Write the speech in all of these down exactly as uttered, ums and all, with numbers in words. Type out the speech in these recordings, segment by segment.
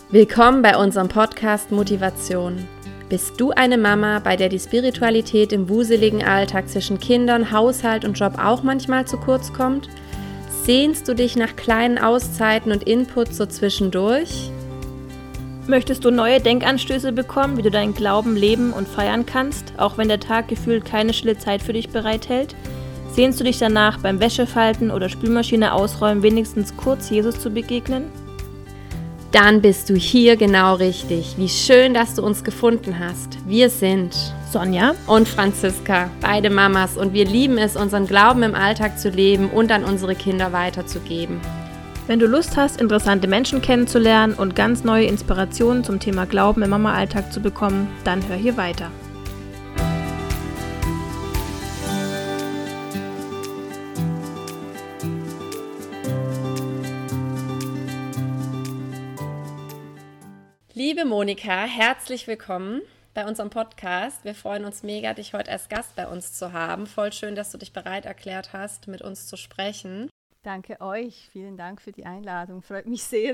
Willkommen bei unserem Podcast Motivation. Bist du eine Mama, bei der die Spiritualität im wuseligen Alltag zwischen Kindern, Haushalt und Job auch manchmal zu kurz kommt? Sehnst du dich nach kleinen Auszeiten und Inputs so zwischendurch? Möchtest du neue Denkanstöße bekommen, wie du deinen Glauben leben und feiern kannst, auch wenn der Tag gefühlt keine stille Zeit für dich bereithält? Sehnst du dich danach, beim Wäschefalten oder Spülmaschine ausräumen wenigstens kurz Jesus zu begegnen? Dann bist du hier genau richtig. Wie schön, dass du uns gefunden hast. Wir sind Sonja und Franziska, beide Mamas, und wir lieben es, unseren Glauben im Alltag zu leben und an unsere Kinder weiterzugeben. Wenn du Lust hast, interessante Menschen kennenzulernen und ganz neue Inspirationen zum Thema Glauben im Mama-Alltag zu bekommen, dann hör hier weiter. Liebe Monika, herzlich willkommen bei unserem Podcast. Wir freuen uns mega, dich heute als Gast bei uns zu haben. Voll schön, dass du dich bereit erklärt hast, mit uns zu sprechen. Danke euch, vielen Dank für die Einladung, freut mich sehr.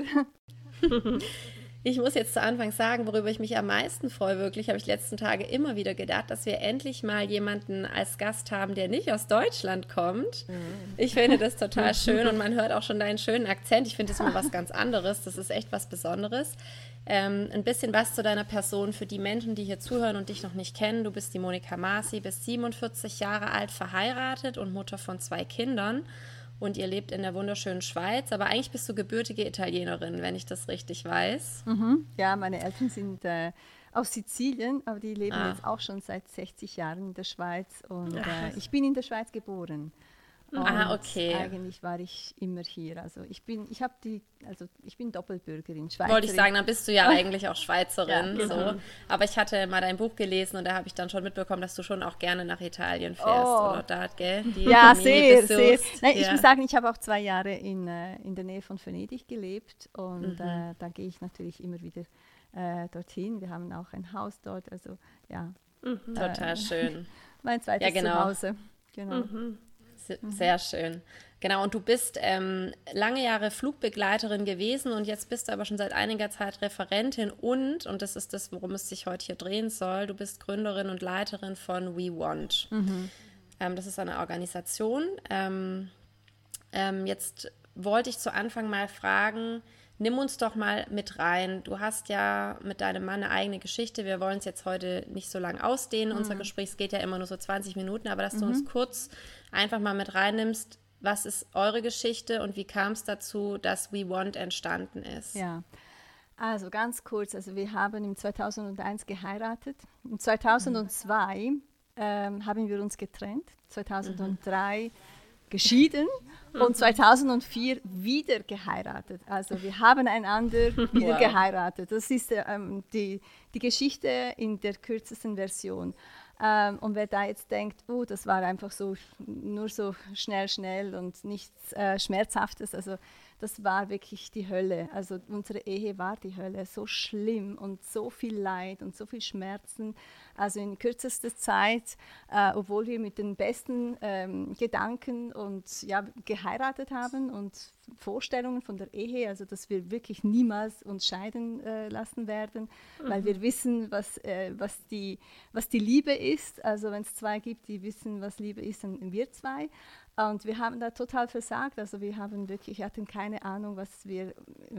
Ich muss jetzt zu Anfang sagen, worüber ich mich am meisten freue, wirklich, habe ich die letzten Tage immer wieder gedacht, dass wir endlich mal jemanden als Gast haben, der nicht aus Deutschland kommt. Ich finde das total schön und man hört auch schon deinen schönen Akzent. Ich finde das immer was ganz anderes, das ist echt was Besonderes. Ähm, ein bisschen was zu deiner Person für die Menschen, die hier zuhören und dich noch nicht kennen. Du bist die Monika Marci, bist siebenundvierzig Jahre alt, verheiratet und Mutter von zwei Kindern. Und ihr lebt in der wunderschönen Schweiz, aber eigentlich bist du gebürtige Italienerin, wenn ich das richtig weiß. Mhm. Ja, meine Eltern sind äh, aus Sizilien, aber die leben Ah. jetzt auch schon seit sechzig Jahren in der Schweiz. Und Ach, äh, ich bin in der Schweiz geboren. Und Ah, okay. eigentlich war ich immer hier. Also ich bin, ich habe die, also ich bin Doppelbürgerin, Schweizerin. Wollte ich sagen, dann bist du ja eigentlich auch Schweizerin. Ja, genau. So. Aber ich hatte mal dein Buch gelesen und da habe ich dann schon mitbekommen, dass du schon auch gerne nach Italien fährst. Oh. Oder da, gell? Die Ja, Familie sehr, sehr. besuchst. Nein, ich Ja. muss sagen, ich habe auch zwei Jahre in, äh, in der Nähe von Venedig gelebt und Mhm. äh, da gehe ich natürlich immer wieder äh, dorthin. Wir haben auch ein Haus dort, also ja. Total äh, schön. Mein zweites Ja, genau. Zuhause. Genau. Se- Sehr schön. Genau, und du bist ähm, lange Jahre Flugbegleiterin gewesen und jetzt bist du aber schon seit einiger Zeit Referentin und, und das ist das, worum es sich heute hier drehen soll, du bist Gründerin und Leiterin von We Want. Ähm, das ist eine Organisation. Ähm, ähm, jetzt wollte ich zu Anfang mal fragen, nimm uns doch mal mit rein. Du hast ja mit deinem Mann eine eigene Geschichte. Wir wollen es jetzt heute nicht so lang ausdehnen. Unser Gespräch es geht ja immer nur so zwanzig Minuten, aber dass du uns kurz einfach mal mit reinnimmst, was ist eure Geschichte und wie kam es dazu, dass We Want entstanden ist? Ja, also ganz kurz, also wir haben im zweitausendeins geheiratet. Im zweitausendzwei ähm, haben wir uns getrennt, zweitausenddrei geschieden und zweitausendvier wieder geheiratet. Also wir haben einander wieder Wow. geheiratet. Das ist ähm, die, die Geschichte in der kürzesten Version. Ähm, und wer da jetzt denkt, oh, das war einfach so nur so schnell, schnell und nichts äh, Schmerzhaftes, also das war wirklich die Hölle. Also unsere Ehe war die Hölle, so schlimm und so viel Leid und so viel Schmerzen. Also in kürzester Zeit, äh, obwohl wir mit den besten ähm, Gedanken und ja, geheiratet haben und Vorstellungen von der Ehe, also dass wir wirklich niemals uns scheiden äh, lassen werden, mhm. weil wir wissen, was, äh, was, die, was die Liebe ist. Also wenn es zwei gibt, die wissen, was Liebe ist, dann wir zwei. Und wir haben da total versagt. Also wir haben wirklich, hatten keine Ahnung, was wir,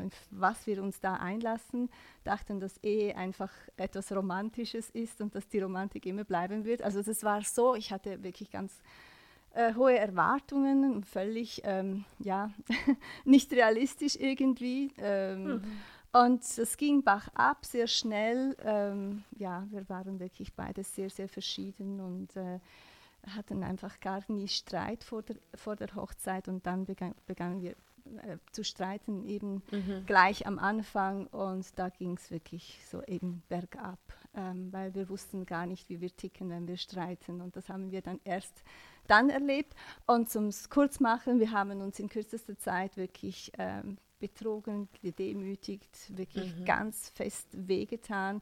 was wir uns da einlassen. Dachten, dass Ehe einfach etwas Romantisches ist und dass die Romantik immer bleiben wird. Also das war so, ich hatte wirklich ganz äh, hohe Erwartungen, völlig ähm, ja, nicht realistisch irgendwie. Ähm, mhm. Und es ging bergab sehr schnell. Ähm, ja, wir waren wirklich beide sehr, sehr verschieden und äh, hatten einfach gar nie Streit vor der, vor der Hochzeit und dann begann, begannen wir äh, zu streiten, eben Mhm. gleich am Anfang und da ging es wirklich so eben bergab, ähm, weil wir wussten gar nicht, wie wir ticken, wenn wir streiten und das haben wir dann erst dann erlebt und zum Kurzmachen, wir haben uns in kürzester Zeit wirklich ähm, betrogen, gedemütigt, wirklich Mhm. ganz fest wehgetan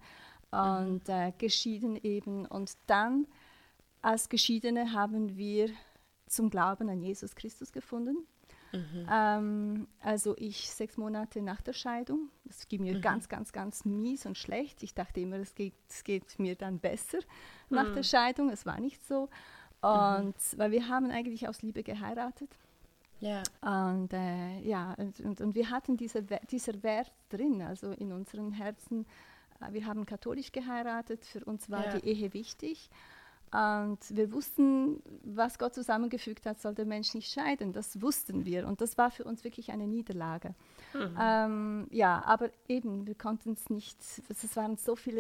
und äh, geschieden eben und dann als Geschiedene haben wir zum Glauben an Jesus Christus gefunden. Mhm. Ähm, also ich sechs Monate nach der Scheidung. Es ging mir mhm. ganz, ganz, ganz mies und schlecht. Ich dachte immer, es geht, es geht mir dann besser mhm. nach der Scheidung. Es war nicht so. Und mhm. weil wir haben eigentlich aus Liebe geheiratet. Ja. Und äh, ja, und, und, und wir hatten diese, dieser Wert drin, also in unseren Herzen. Äh, wir haben katholisch geheiratet, für uns war ja. die Ehe wichtig. Und wir wussten, was Gott zusammengefügt hat, soll der Mensch nicht scheiden. Das wussten wir. Und das war für uns wirklich eine Niederlage. Mhm. Ähm, ja, aber eben, wir konnten es nicht, es waren so viele,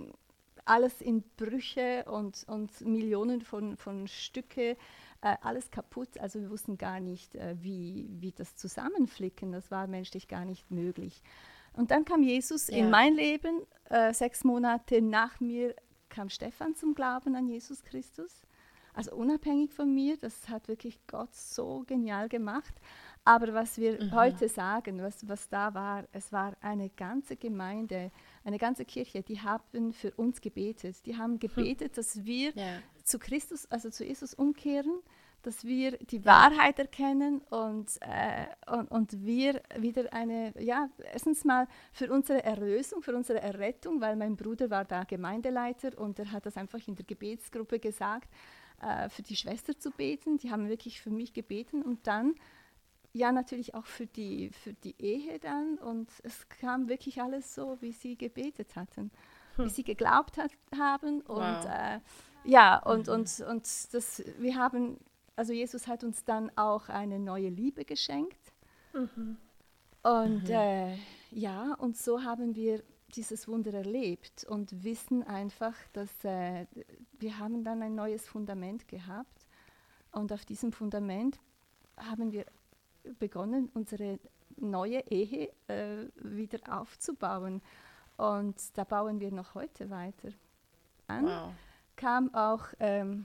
alles in Brüche und, und Millionen von, von Stücke, äh, alles kaputt. Also wir wussten gar nicht, äh, wie, wie das zusammenflicken. Das war menschlich gar nicht möglich. Und dann kam Jesus ja. in mein Leben, äh, sechs Monate nach mir kam Stefan zum Glauben an Jesus Christus. Also unabhängig von mir, das hat wirklich Gott so genial gemacht. Aber was wir mhm. heute sagen, was, was da war, es war eine ganze Gemeinde, eine ganze Kirche, die haben für uns gebetet. Die haben gebetet, dass wir ja. zu Christus, also zu Jesus umkehren, dass wir die ja. Wahrheit erkennen und, äh, und, und wir wieder eine, ja, erstens mal für unsere Erlösung, für unsere Errettung, weil mein Bruder war da Gemeindeleiter und er hat das einfach in der Gebetsgruppe gesagt, äh, für die Schwester zu beten. Die haben wirklich für mich gebeten und dann, ja, natürlich auch für die, für die Ehe dann und es kam wirklich alles so, wie sie gebetet hatten, hm. wie sie geglaubt hat, haben und wow. äh, ja, und, mhm. und, und das, wir haben Also Jesus hat uns dann auch eine neue Liebe geschenkt. Mhm. Und mhm. Äh, ja, und so haben wir dieses Wunder erlebt und wissen einfach, dass äh, wir haben dann ein neues Fundament gehabt. Und auf diesem Fundament haben wir begonnen, unsere neue Ehe äh, wieder aufzubauen. Und da bauen wir noch heute weiter an. Wow. Kam auch ähm,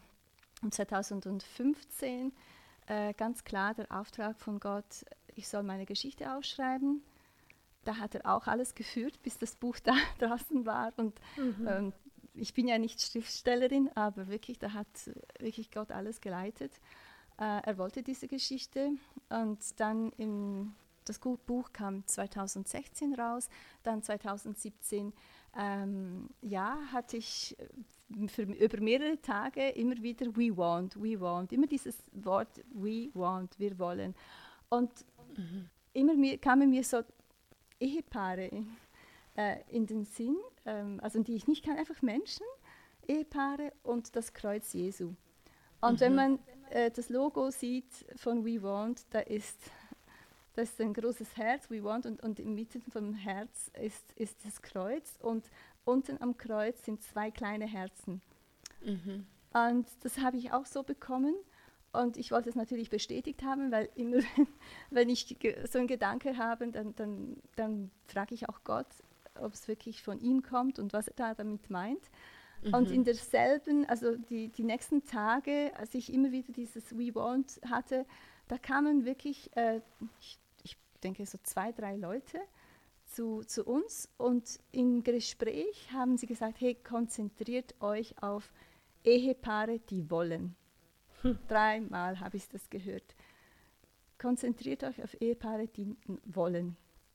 zweitausendfünfzehn äh, ganz klar der Auftrag von Gott, ich soll meine Geschichte ausschreiben. Da hat er auch alles geführt, bis das Buch da draußen war. Und mhm. ähm, ich bin ja nicht Schriftstellerin, aber wirklich, da hat wirklich Gott alles geleitet. Äh, er wollte diese Geschichte und dann im, das Buch kam zweitausendsechzehn raus, dann zweitausendsiebzehn ähm, ja, hatte ich für, über mehrere Tage immer wieder we want, we want, immer dieses Wort we want, wir wollen. Und mhm. immer mir, kamen mir so Ehepaare in, äh, in den Sinn, ähm, also die ich nicht kann, einfach Menschen, Ehepaare und das Kreuz Jesu. Und mhm. wenn man äh, das Logo sieht von We Want, da ist, das ist ein großes Herz, We Want, und, und inmitten vom Herz ist, ist das Kreuz und unten am Kreuz sind zwei kleine Herzen. Mhm. Und das habe ich auch so bekommen. Und ich wollte es natürlich bestätigt haben, weil immer, wenn ich so einen Gedanke habe, dann, dann, dann frage ich auch Gott, ob es wirklich von ihm kommt und was er da damit meint. Mhm. Und in derselben, also die, die nächsten Tage, als ich immer wieder dieses We Want hatte, da kamen wirklich, äh, ich, ich denke so zwei, drei Leute zu, zu uns und im Gespräch haben sie gesagt, hey, konzentriert euch auf Ehepaare, die wollen. Hm. Dreimal habe ich das gehört. Konzentriert euch auf Ehepaare, die wollen.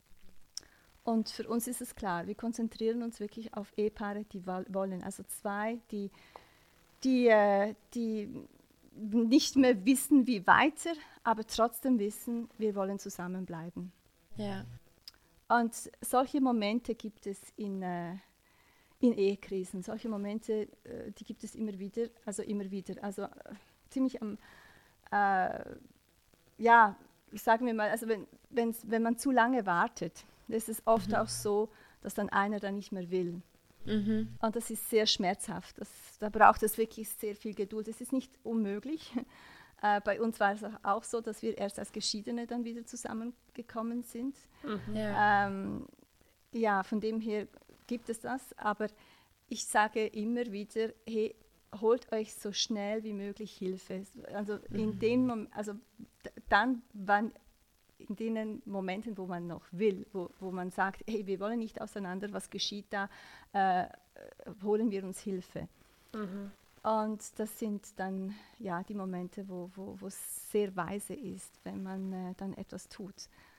Und für uns ist es klar, wir konzentrieren uns wirklich auf Ehepaare, die wollen. Also zwei, die, die, äh, die nicht mehr wissen, wie weiter, aber trotzdem wissen, wir wollen zusammenbleiben. Ja. Und solche Momente gibt es in, äh, in Ehekrisen. Solche Momente, äh, die gibt es immer wieder, also immer wieder. Also äh, ziemlich am, äh, ja, sagen wir mal, also wenn, wenn man zu lange wartet, ist es oft mhm. auch so, dass dann einer dann nicht mehr will. Mhm. Und das ist sehr schmerzhaft. Das, da braucht es wirklich sehr viel Geduld. Es ist nicht unmöglich. Äh, bei uns war es auch so, dass wir erst als Geschiedene dann wieder zusammengekommen sind. Mhm. Ja. Ähm, ja, von dem her gibt es das. Aber ich sage immer wieder, hey, holt euch so schnell wie möglich Hilfe. Also in mhm. den Mom- also d- dann, wann in den Momenten, wo man noch will, wo, wo man sagt, hey, wir wollen nicht auseinander, was geschieht da, äh, holen wir uns Hilfe. Mhm. Und das sind dann ja die Momente, wo, wo, wo es sehr weise ist, wenn man äh, dann etwas tut.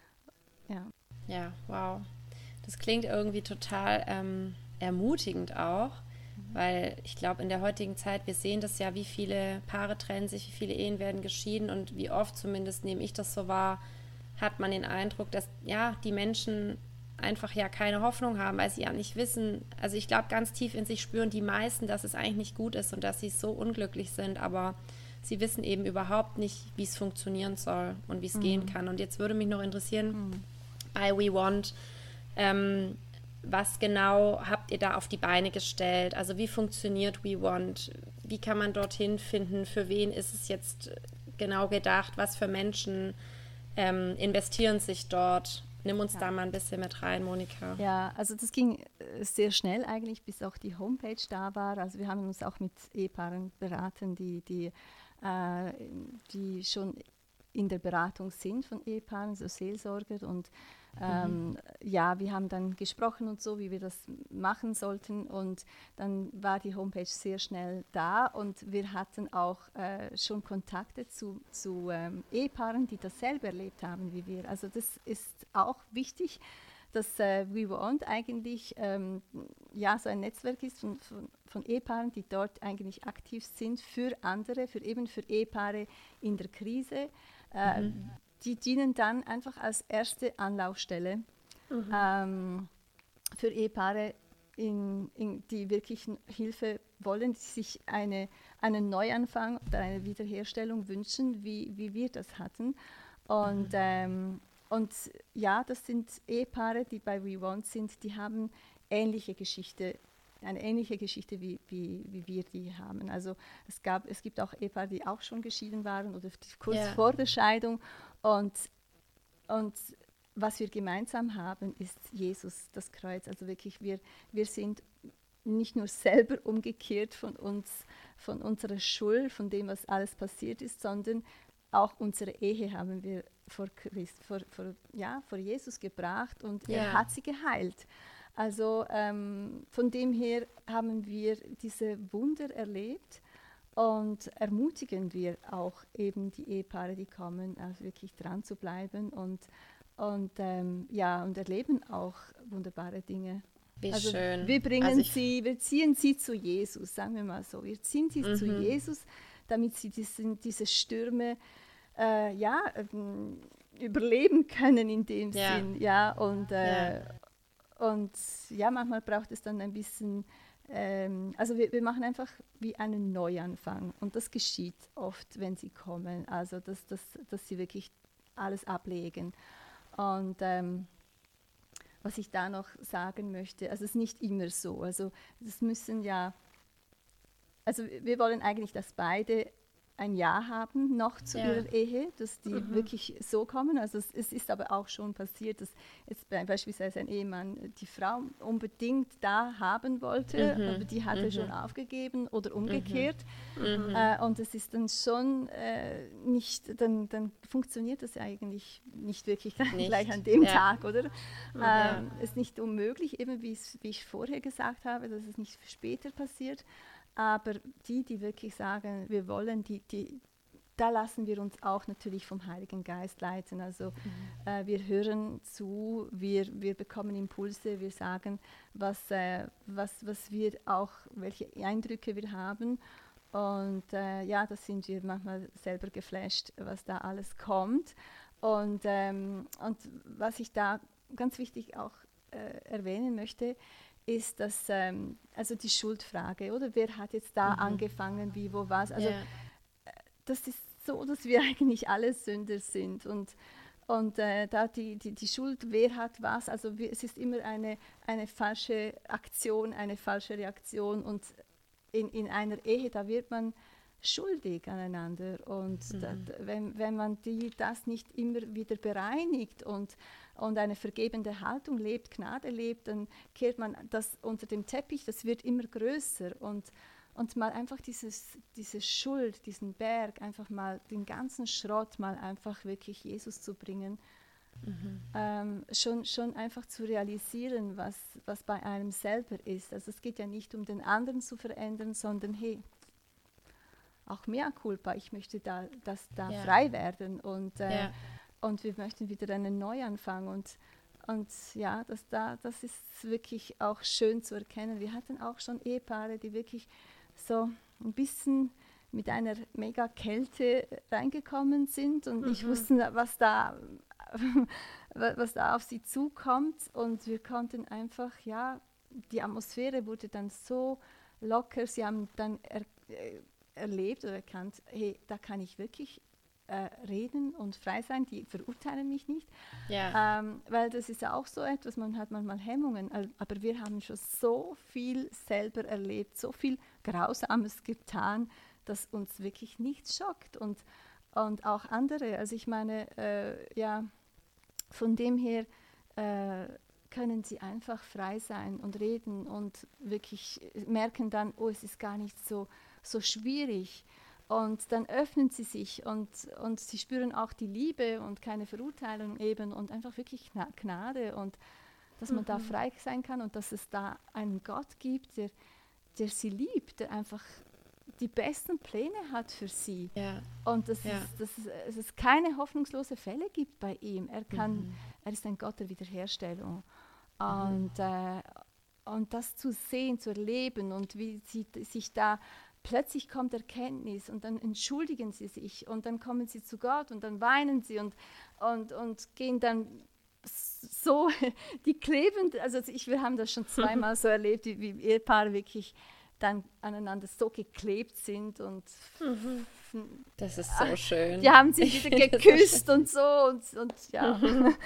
Ja. Ja, wow. Das klingt irgendwie total ähm, ermutigend auch, mhm. weil ich glaube, in der heutigen Zeit, wir sehen das ja, wie viele Paare trennen sich, wie viele Ehen werden geschieden und wie oft, zumindest nehme ich das so wahr, hat man den Eindruck, dass ja die Menschen einfach ja keine Hoffnung haben, weil sie ja nicht wissen, also ich glaube, ganz tief in sich spüren die meisten, dass es eigentlich nicht gut ist und dass sie so unglücklich sind, aber sie wissen eben überhaupt nicht, wie es funktionieren soll und wie es mhm. gehen kann. Und jetzt würde mich noch interessieren, mhm. bei We Want, ähm, was genau habt ihr da auf die Beine gestellt? Also wie funktioniert We Want? Wie kann man dorthin finden? Für wen ist es jetzt genau gedacht? Was für Menschen ähm, investieren sich dort? Nimm uns ja. da mal ein bisschen mit rein, Monika. Ja, also das ging äh, sehr schnell eigentlich, bis auch die Homepage da war. Also wir haben uns auch mit Ehepaaren beraten, die, die, äh, die schon in der Beratung sind von Ehepaaren, so Seelsorger. Und ähm, mhm. ja, wir haben dann gesprochen und so, wie wir das machen sollten. Und dann war die Homepage sehr schnell da und wir hatten auch äh, schon Kontakte zu, zu ähm, Ehepaaren, die dasselbe erlebt haben wie wir. Also das ist auch wichtig, dass äh, We Want eigentlich ähm, ja, so ein Netzwerk ist von, von, von Ehepaaren, die dort eigentlich aktiv sind für andere, für eben für Ehepaare in der Krise. Äh, mhm. Die dienen dann einfach als erste Anlaufstelle mhm. ähm, für Ehepaare, in, in, die wirklich Hilfe wollen, die sich eine, einen Neuanfang oder eine Wiederherstellung wünschen, wie, wie wir das hatten. Und, mhm. ähm, und ja, das sind Ehepaare, die bei We Want sind, die haben ähnliche Geschichte, eine ähnliche Geschichte, wie, wie, wie wir die haben. Also es, gab, es gibt auch Ehepaare, die auch schon geschieden waren oder kurz yeah. vor der Scheidung. Und, und was wir gemeinsam haben, ist Jesus, das Kreuz. Also wirklich, wir, wir sind nicht nur selber umgekehrt von uns, von unserer Schuld, von dem, was alles passiert ist, sondern auch unsere Ehe haben wir vor, Christ, vor, vor, ja, vor Jesus gebracht und yeah. er hat sie geheilt. Also ähm, von dem her haben wir diese Wunder erlebt und ermutigen wir auch eben die Ehepaare, die kommen, also wirklich dran zu bleiben und, und, ähm, ja, und erleben auch wunderbare Dinge. Wie also schön. Wir bringen also sie, wir ziehen sie zu Jesus, sagen wir mal so. Wir ziehen sie mhm. zu Jesus, damit sie diesen, diese Stürme äh, ja, ähm, überleben können in dem ja. Sinn. Ja, und äh, ja. Und ja, manchmal braucht es dann ein bisschen, ähm, also wir, wir machen einfach wie einen Neuanfang und das geschieht oft, wenn sie kommen, also dass, dass, dass sie wirklich alles ablegen. Und ähm, was ich da noch sagen möchte, also es ist nicht immer so, also das müssen ja, also wir wollen eigentlich, dass beide ein Ja haben noch zu ja. ihrer Ehe, dass die mhm. wirklich so kommen. Also es, es ist aber auch schon passiert, dass jetzt beispielsweise ein Ehemann die Frau unbedingt da haben wollte, mhm. aber die hatte mhm. schon aufgegeben oder umgekehrt. Mhm. Äh, und es ist dann schon äh, nicht, dann, dann funktioniert das eigentlich nicht wirklich nicht. gleich an dem ja. Tag, oder? Ja. Ähm, es ist nicht unmöglich, eben wie ich vorher gesagt habe, dass es nicht später passiert. Aber die, die wirklich sagen, wir wollen, die, die, da lassen wir uns auch natürlich vom Heiligen Geist leiten. Also mhm. äh, wir hören zu, wir, wir bekommen Impulse, wir sagen, was, äh, was, was wir auch, welche Eindrücke wir haben. Und äh, ja, da sind wir manchmal selber geflasht, was da alles kommt. Und, ähm, und was ich da ganz wichtig auch äh, erwähnen möchte, ist das, ähm, also die Schuldfrage, oder? Wer hat jetzt da mhm. angefangen, wie, wo, was? Also yeah. das ist so, dass wir eigentlich alle Sünder sind und, und äh, da die, die, die Schuld, wer hat was? Also wir, es ist immer eine, eine falsche Aktion, eine falsche Reaktion und in, in einer Ehe, da wird man schuldig aneinander und mhm. da, wenn, wenn man die, das nicht immer wieder bereinigt und, und eine vergebende Haltung lebt, Gnade lebt, dann kehrt man das unter dem Teppich, das wird immer größer und, und mal einfach dieses, diese Schuld, diesen Berg, einfach mal den ganzen Schrott mal einfach wirklich Jesus zu bringen, mhm. ähm, schon, schon einfach zu realisieren, was, was bei einem selber ist. Also es geht ja nicht um den anderen zu verändern, sondern hey, auch mea culpa, ich möchte da, dass da Ja. frei werden und, äh, Ja. und wir möchten wieder einen Neuanfang und, und ja, das, da, das ist wirklich auch schön zu erkennen. Wir hatten auch schon Ehepaare, die wirklich so ein bisschen mit einer mega Kälte reingekommen sind und nicht wussten, was da, was da auf sie zukommt. Und wir konnten einfach, ja, die Atmosphäre wurde dann so locker. Sie haben dann er, äh, erlebt oder erkannt, hey, da kann ich wirklich äh, reden und frei sein. Die verurteilen mich nicht. Ja. Ähm, weil das ist ja auch so etwas, man hat manchmal Hemmungen, al- aber wir haben schon so viel selber erlebt, so viel Grausames getan, dass uns wirklich nichts schockt und, und auch andere. Also ich meine, äh, ja, von dem her äh, können sie einfach frei sein und reden und wirklich merken dann, oh, es ist gar nicht so, so schwierig. Und dann öffnen sie sich und, und sie spüren auch die Liebe und keine Verurteilung eben und einfach wirklich Gna- Gnade und dass man da frei sein kann und dass es da einen Gott gibt, der, der sie liebt, der einfach die besten Pläne hat für sie. Ja. Und dass, Ja. es, dass, es, dass es keine hoffnungslose Fälle gibt bei ihm. Er, kann, er ist ein Gott der Wiederherstellung. Und, äh, und das zu sehen, zu erleben und wie sie sich da plötzlich kommt Erkenntnis und dann entschuldigen sie sich und dann kommen sie zu Gott und dann weinen sie und, und, und gehen dann so, die kleben, also ich, wir haben das schon zweimal so erlebt, wie, wie Ehepaare wirklich dann aneinander so geklebt sind und Das ist so schön. die haben sich wieder geküsst und so und, und ja,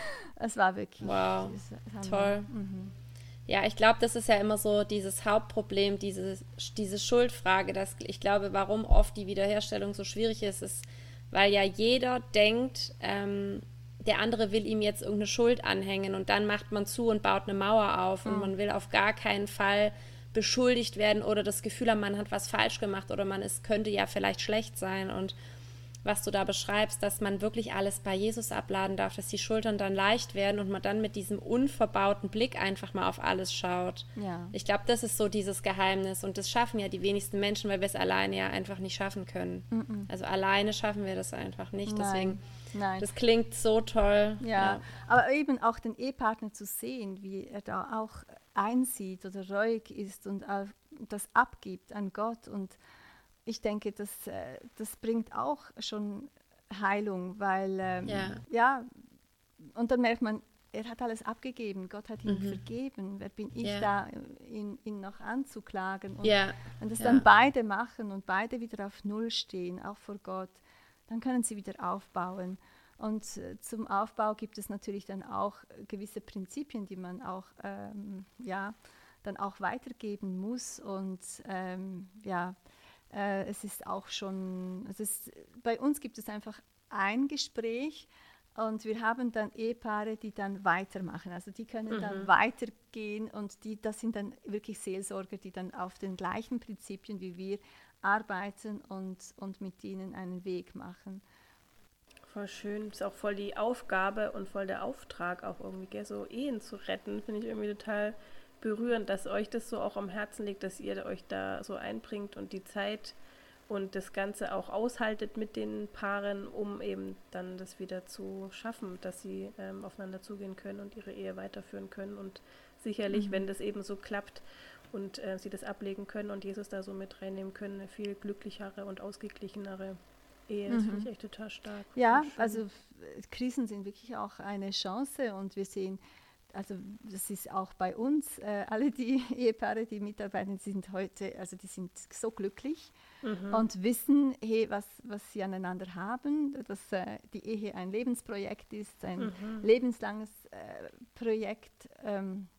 es war wirklich Wow, das, das haben toll. wir- mhm. Ja, ich glaube, das ist ja immer so dieses Hauptproblem, diese, diese Schuldfrage. Dass ich glaube, warum oft die Wiederherstellung so schwierig ist, ist, weil ja jeder denkt, ähm, der andere will ihm jetzt irgendeine Schuld anhängen und dann macht man zu und baut eine Mauer auf und man will auf gar keinen Fall beschuldigt werden oder das Gefühl haben, man hat was falsch gemacht oder man ist, könnte ja vielleicht schlecht sein. Und was du da beschreibst, dass man wirklich alles bei Jesus abladen darf, dass die Schultern dann leicht werden und man dann mit diesem unverbauten Blick einfach mal auf alles schaut. Ja. Ich glaube, das ist so dieses Geheimnis und das schaffen ja die wenigsten Menschen, weil wir es alleine ja einfach nicht schaffen können. Mm-mm. Also alleine schaffen wir das einfach nicht, deswegen, Nein, nein. das klingt so toll. Ja, aber eben auch den Ehepartner zu sehen, wie er da auch einsieht oder reuig ist und auch das abgibt an Gott. Und ich denke, das, äh, das bringt auch schon Heilung, weil ähm, Ja. ja, und dann merkt man, er hat alles abgegeben, Gott hat ihn vergeben. Wer bin ich Ja. da, ihn, ihn noch anzuklagen? Und Ja, wenn das ja. dann beide machen und beide wieder auf Null stehen, auch vor Gott, dann können sie wieder aufbauen. Und äh, zum Aufbau gibt es natürlich dann auch gewisse Prinzipien, die man auch ähm, ja, dann auch weitergeben muss. Und ähm, ja, äh, es ist auch schon, es ist, bei uns gibt es einfach ein Gespräch und wir haben dann Ehepaare, die dann weitermachen. Also die können dann weitergehen und die, das sind dann wirklich Seelsorger, die dann auf den gleichen Prinzipien wie wir arbeiten und, und mit ihnen einen Weg machen. Voll schön. Ist auch voll die Aufgabe und voll der Auftrag auch irgendwie, gell? So Ehen zu retten. Finde ich irgendwie total berührend, dass euch das so auch am Herzen liegt, dass ihr euch da so einbringt und die Zeit und das Ganze auch aushaltet mit den Paaren, um eben dann das wieder zu schaffen, dass sie ähm, aufeinander zugehen können und ihre Ehe weiterführen können. Und sicherlich, wenn das eben so klappt und äh, sie das ablegen können und Jesus da so mit reinnehmen können, eine viel glücklichere und ausgeglichenere Ehe. Das finde ich echt total stark. Ja, Voll schön. also äh, Krisen sind wirklich auch eine Chance und wir sehen, also das ist auch bei uns, äh, alle die Ehepaare, die mitarbeiten, sind heute, also die sind so glücklich und wissen, hey, was, was sie aneinander haben, dass äh, die Ehe ein Lebensprojekt ist, ein lebenslanges äh, Projekt, ähm,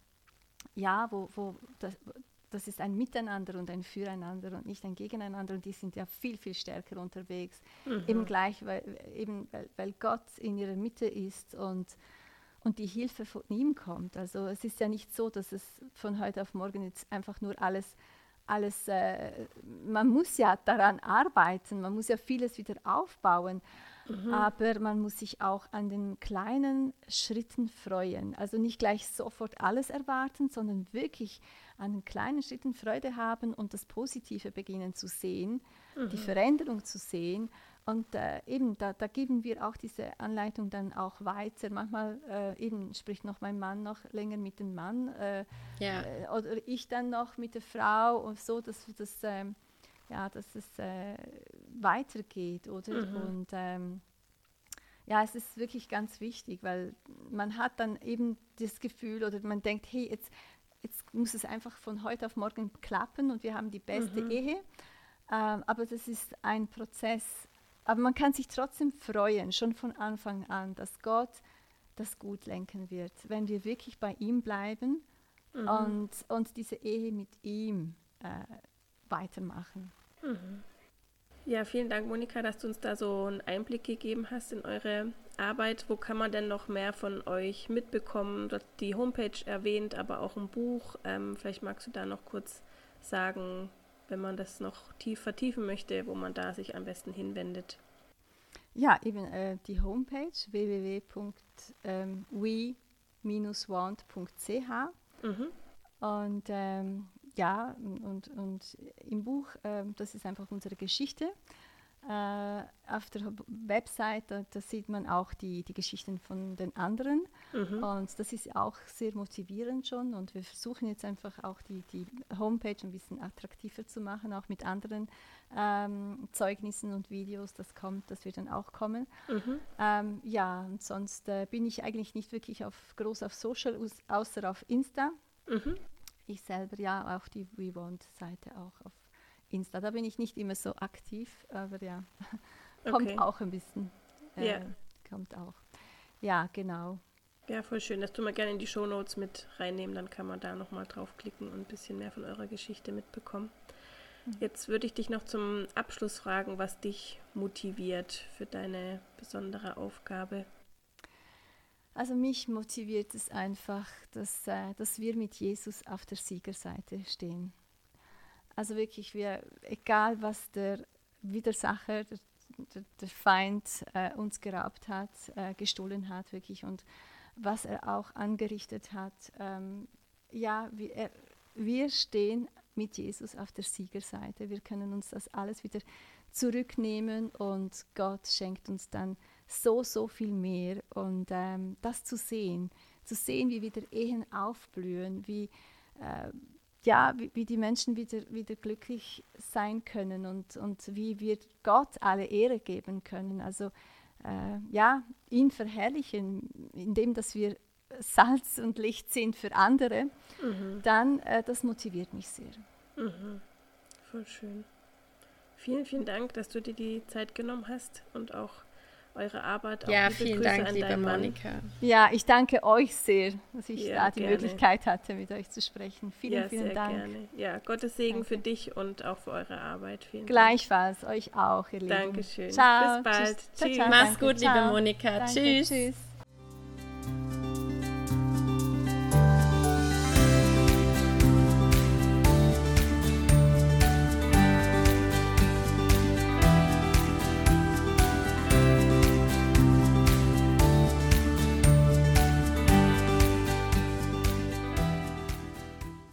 ja, wo, wo das, das ist ein Miteinander und ein Füreinander und nicht ein Gegeneinander und die sind ja viel, viel stärker unterwegs, eben gleich, weil, eben, weil, weil Gott in ihrer Mitte ist und und die Hilfe von ihm kommt. Also es ist ja nicht so, dass es von heute auf morgen jetzt einfach nur alles, alles äh, man muss ja daran arbeiten, man muss ja vieles wieder aufbauen, Mhm. Aber man muss sich auch an den kleinen Schritten freuen. Also nicht gleich sofort alles erwarten, sondern wirklich an den kleinen Schritten Freude haben und das Positive beginnen zu sehen, mhm. die Veränderung zu sehen. Und äh, eben, da, da geben wir auch diese Anleitung dann auch weiter. Manchmal äh, eben spricht noch mein Mann noch länger mit dem Mann äh, ja. äh, oder ich dann noch mit der Frau und so, dass das äh, ja, dass es äh, weitergeht, oder? Mhm. Und ähm, ja, es ist wirklich ganz wichtig, weil man hat dann eben das Gefühl oder man denkt, hey, jetzt, jetzt muss es einfach von heute auf morgen klappen und wir haben die beste mhm. Ehe. Ähm, aber das ist ein Prozess. Aber man kann sich trotzdem freuen, schon von Anfang an, dass Gott das gut lenken wird, wenn wir wirklich bei ihm bleiben mhm. und, und diese Ehe mit ihm äh, weitermachen. Mhm. Ja, vielen Dank, Monika, dass du uns da so einen Einblick gegeben hast in eure Arbeit. Wo kann man denn noch mehr von euch mitbekommen? Du hast die Homepage erwähnt, aber auch ein Buch. Ähm, vielleicht magst du da noch kurz sagen, wenn man das noch tief vertiefen möchte, wo man da sich am besten hinwendet. Ja, eben äh, die Homepage w w w punkt we dash want punkt c h mhm. und ähm, ja, und, und im Buch, äh, das ist einfach unsere Geschichte. Äh, auf der Website, da, da sieht man auch die, die Geschichten von den anderen. Mhm. Und das ist auch sehr motivierend schon. Und wir versuchen jetzt einfach auch die, die Homepage ein bisschen attraktiver zu machen, auch mit anderen ähm, Zeugnissen und Videos. Das kommt, das wird dann auch kommen. Mhm. Ähm, ja, und sonst äh, bin ich eigentlich nicht wirklich auf, groß auf Social, außer auf Insta. Mhm. Ich selber ja auf die We Want-Seite auch auf Insta. Da bin ich nicht immer so aktiv, aber ja, kommt okay. auch ein bisschen. Äh, yeah. Kommt auch. Ja, genau. Ja, voll schön. Das tun wir gerne in die Shownotes mit reinnehmen. Dann kann man da nochmal draufklicken und ein bisschen mehr von eurer Geschichte mitbekommen. Mhm. Jetzt würde ich dich noch zum Abschluss fragen, was dich motiviert für deine besondere Aufgabe. Also mich motiviert es einfach, dass, äh, dass wir mit Jesus auf der Siegerseite stehen. Also wirklich, wir, egal was der Widersacher, der, der, der Feind äh, uns geraubt hat, äh, gestohlen hat, wirklich, und was er auch angerichtet hat, ähm, ja, wir, er, wir stehen mit Jesus auf der Siegerseite. Wir können uns das alles wieder zurücknehmen und Gott schenkt uns dann so, so viel mehr. Und ähm, das zu sehen, zu sehen, wie wieder Ehen aufblühen, wie, äh, ja, wie, wie die Menschen wieder, wieder glücklich sein können und, und wie wir Gott alle Ehre geben können. Also äh, ja, ihn verherrlichen, indem dass wir Salz und Licht sind für andere, mhm. dann äh, das motiviert mich sehr. Mhm. Voll schön. Vielen, vielen Dank, dass du dir die Zeit genommen hast und auch eure Arbeit. Auch ja, vielen Grüße Dank, liebe Monika. Ja, ich danke euch sehr, dass ich ja, da die gerne. Möglichkeit hatte, mit euch zu sprechen. Vielen, ja, vielen sehr Dank. Gerne. Ja, Gottes Segen danke. Für dich und auch für eure Arbeit. Vielen Gleichfalls, Dank. Euch auch, ihr Lieben. Dankeschön. Ciao. Bis bald. Tschüss. Tschüss. Ciao, ciao. Mach's gut, liebe Monika. Danke. Tschüss. Tschüss.